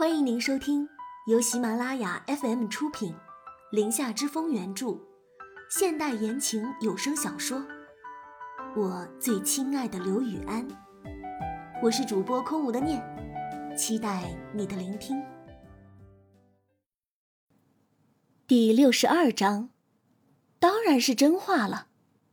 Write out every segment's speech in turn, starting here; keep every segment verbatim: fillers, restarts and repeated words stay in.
欢迎您收听由喜马拉雅 F M 出品，林下之风原著，现代言情有声小说《我最亲爱的刘雨安》，我是主播空无的念，期待你的聆听。第六十二章，当然是真话了。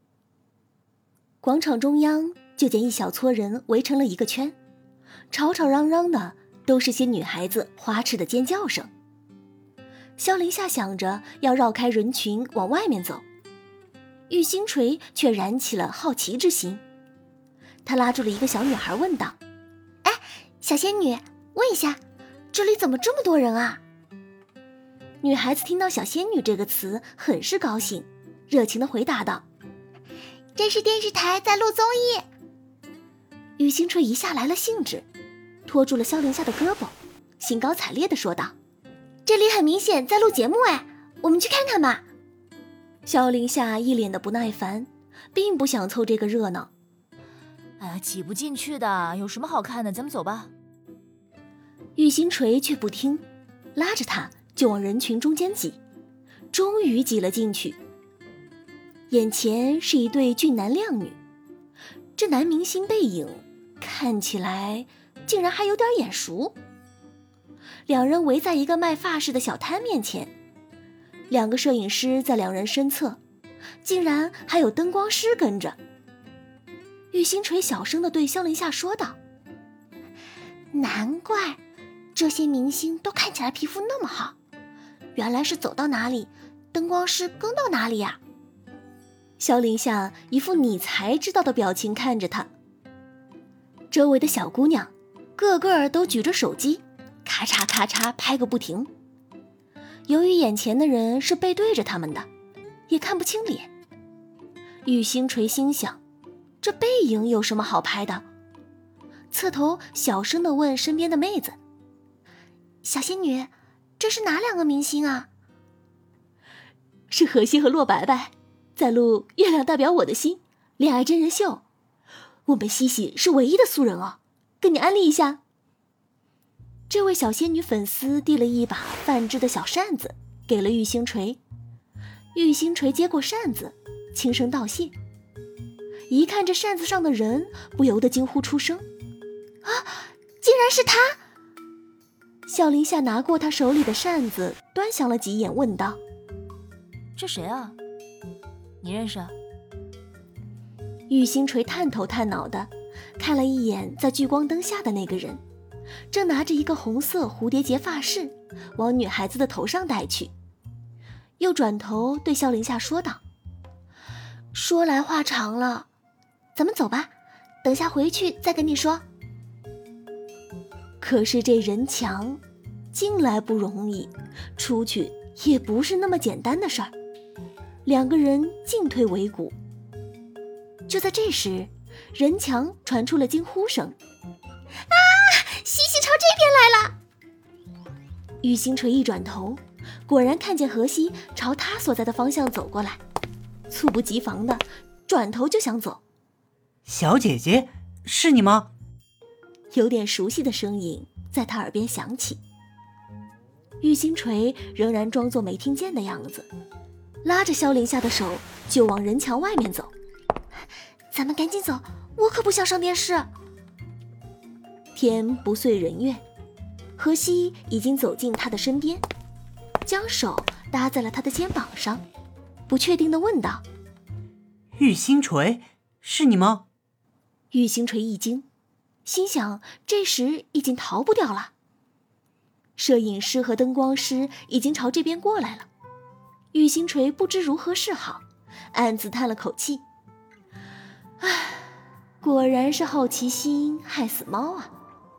广场中央就见一小撮人围成了一个圈，吵吵嚷嚷的都是些女孩子花痴的尖叫声。萧凌夏想着要绕开人群往外面走，玉星锤却燃起了好奇之心。他拉住了一个小女孩问道：哎，小仙女，问一下，这里怎么这么多人啊？女孩子听到小仙女这个词很是高兴，热情地回答道：这是电视台在录综艺。玉星锤一下来了兴致，拖住了萧凌夏的胳膊，兴高采烈地说道：这里很明显在录节目哎，我们去看看吧。萧凌夏一脸的不耐烦，并不想凑这个热闹。 哎呀，挤不进去的，有什么好看的，咱们走吧。 玉星锤却不听，拉着他就往人群中间挤，终于挤了进去。眼前是一对俊男靓女，这男明星背影看起来竟然还有点眼熟。两人围在一个卖发饰的小摊面前，两个摄影师在两人身侧，竟然还有灯光师跟着。玉星锤小声地对萧凌夏说道：难怪这些明星都看起来皮肤那么好，原来是走到哪里灯光师跟到哪里呀。萧凌夏一副你才知道的表情看着他，周围的小姑娘个个都举着手机，咔嚓咔嚓拍个不停。由于眼前的人是背对着他们的，也看不清脸。玉星锤心想，这背影有什么好拍的？侧头小声地问身边的妹子：小仙女，这是哪两个明星啊？是荷西和洛白白，在录《月亮代表我的心》恋爱真人秀。我们西西是唯一的素人哦，跟你安利一下。这位小仙女粉丝递了一把泛制的小扇子给了玉星锤，玉星锤接过扇子，轻声道谢。一看这扇子上的人，不由得惊呼出声：啊，竟然是他！萧凌夏拿过他手里的扇子，端详了几眼，问道： 这谁啊？你认识？ 玉星锤探头探脑的看了一眼在聚光灯下的那个人，正拿着一个红色蝴蝶结发饰往女孩子的头上戴去，又转头对萧凌夏说道：说来话长了，咱们走吧，等下回去再跟你说。可是这人墙进来不容易，出去也不是那么简单的事儿，两个人进退维谷。就在这时，人墙传出了惊呼声：啊，西西朝这边来了！玉星锤一转头，果然看见荷西朝他所在的方向走过来，猝不及防的转头就想走。 小姐姐，是你吗？ 有点熟悉的声音在他耳边响起。玉星锤仍然装作没听见的样子，拉着萧凌夏的手就往人墙外面走。咱们赶紧走，我可不想上电视。天不遂人愿，荷西已经走进他的身边，将手搭在了他的肩膀上，不确定地问道： 玉星锤，是你吗？ 玉星锤一惊，心想这时已经逃不掉了。摄影师和灯光师已经朝这边过来了，玉星锤不知如何是好，暗自叹了口气：唉，果然是好奇心害死猫啊。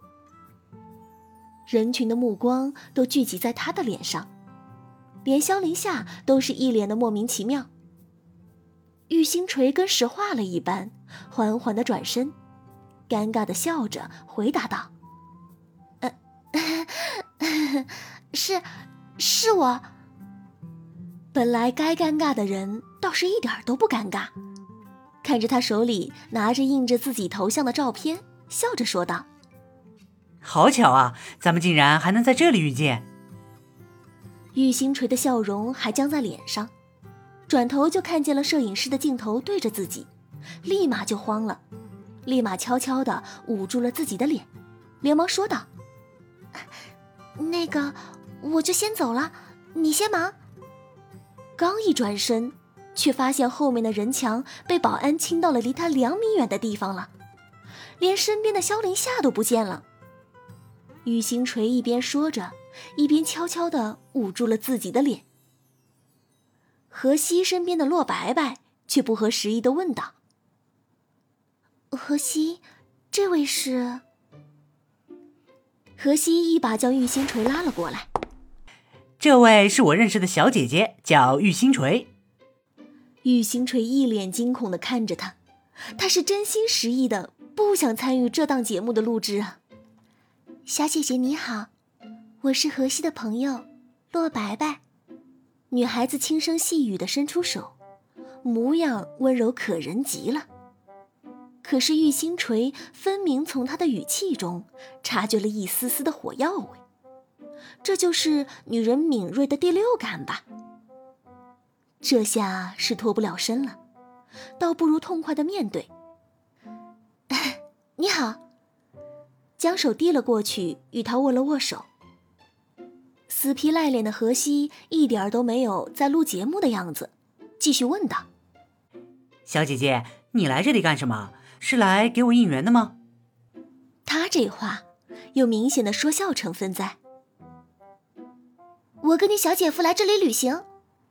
人群的目光都聚集在他的脸上，连萧凌夏都是一脸的莫名其妙。玉星锤跟石化了一般，缓缓地转身，尴尬地笑着回答道：呃是是我。本来该尴尬的人倒是一点都不尴尬，看着他手里拿着印着自己头像的照片，笑着说道： 好巧啊，咱们竟然还能在这里遇见。 玉星锤的笑容还僵在脸上，转头就看见了摄影师的镜头对着自己，立马就慌了，立马悄悄地捂住了自己的脸，连忙说道：那个，我就先走了，你先忙。刚一转身，却发现后面的人墙被保安清到了离他两米远的地方了，连身边的萧凌夏都不见了。玉星锤一边说着，一边悄悄地捂住了自己的脸。何西身边的洛白白却不合时宜地问道：何西，这位是？何西一把将玉星锤拉了过来。 这位是我认识的小姐姐，叫玉星锤。 玉星锤一脸惊恐地看着他，他是真心实意的不想参与这档节目的录制啊。小姐姐你好，我是何西的朋友洛白白。女孩子轻声细语地伸出手，模样温柔可人极了。可是玉星锤分明从她的语气中察觉了一丝丝的火药味，这就是女人敏锐的第六感吧。这下是脱不了身了，倒不如痛快地面对。你好，将手递了过去，与他握了握手。死皮赖脸的何西一点都没有在录节目的样子，继续问道： 小姐姐，你来这里干什么？是来给我应援的吗？ 他这话有明显的说笑成分在。我跟你小姐夫来这里旅行。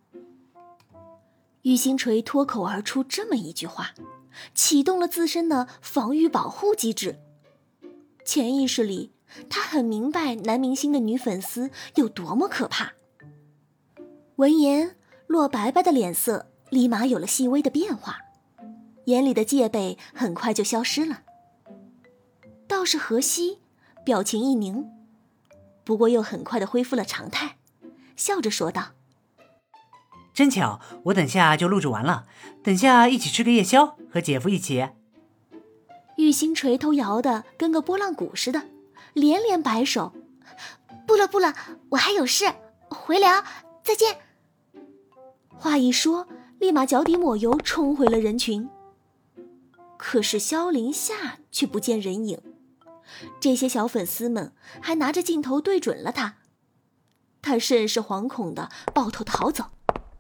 玉星锤脱口而出这么一句话，启动了自身的防御保护机制。潜意识里，他很明白男明星的女粉丝有多么可怕。闻言，洛白白的脸色立马有了细微的变化，眼里的戒备很快就消失了。倒是何西表情一凝，不过又很快地恢复了常态，笑着说道： 真巧，我等下就录制完了，等下一起吃个夜宵，和姐夫一起。 玉星锤头摇得跟个拨浪鼓似的，连连摆手：不了不了，我还有事，回聊，再见。话一说，立马脚底抹油冲回了人群。可是萧凌夏却不见人影，这些小粉丝们还拿着镜头对准了他，他甚是惶恐地抱头逃走。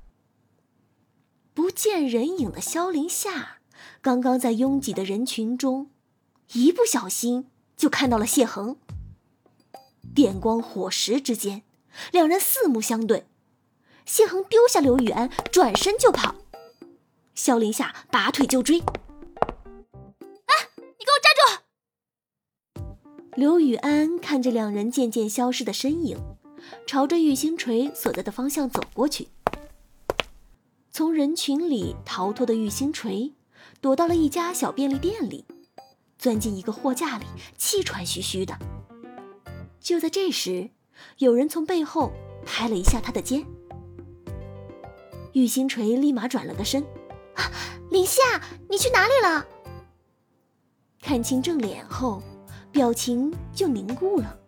不见人影的萧凌夏刚刚在拥挤的人群中一不小心就看到了谢恒。电光火石之间，两人四目相对，谢恒丢下刘雨安转身就跑，萧凌夏拔腿就追。 哎，你给我站住！ 刘雨安看着两人渐渐消失的身影，朝着玉星锤所在的方向走过去。从人群里逃脱的玉星锤躲到了一家小便利店里，钻进一个货架里，气喘吁吁的。就在这时，有人从背后拍了一下他的肩，玉星锤立马转了个身：啊，林夏，你去哪里了？看清正脸后，表情就凝固了。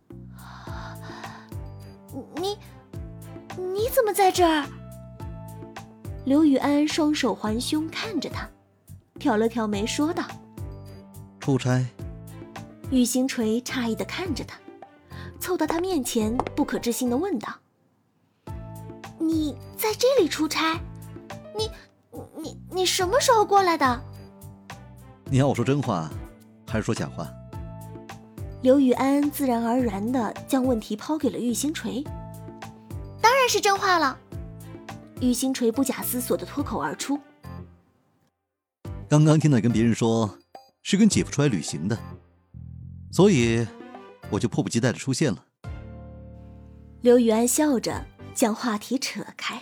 你你怎么在这儿？刘雨安双手环胸看着他，挑了挑眉说道： 出差。 玉星锤诧异地看着他，凑到他面前不可置信地问道：你在这里出差？你你你什么时候过来的？ 你要我说真话还是说假话？ 刘雨安自然而然地将问题抛给了玉星锤。当然是真话了。玉星锤不假思索地脱口而出： 刚刚听到跟别人说是跟姐夫出来旅行的，所以我就迫不及待地出现了。 刘雨安笑着将话题扯开。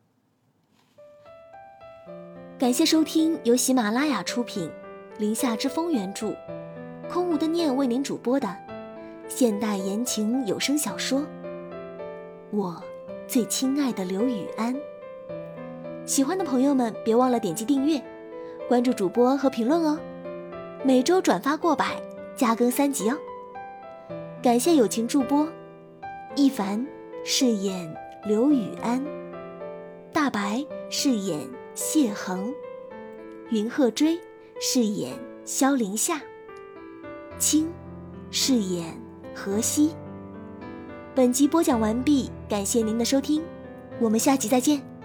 感谢收听由喜马拉雅出品，林夏之风原著，空无的念为您主播的现代言情有声小说《我最亲爱的刘雨安》。喜欢的朋友们别忘了点击订阅，关注主播和评论哦，每周转发过百，加更三集哦。 感谢友情助播，一凡饰演刘雨安，大白饰演谢恒，云鹤追饰演萧凌夏，青饰演何西。本集播讲完毕，感谢您的收听，我们下集再见。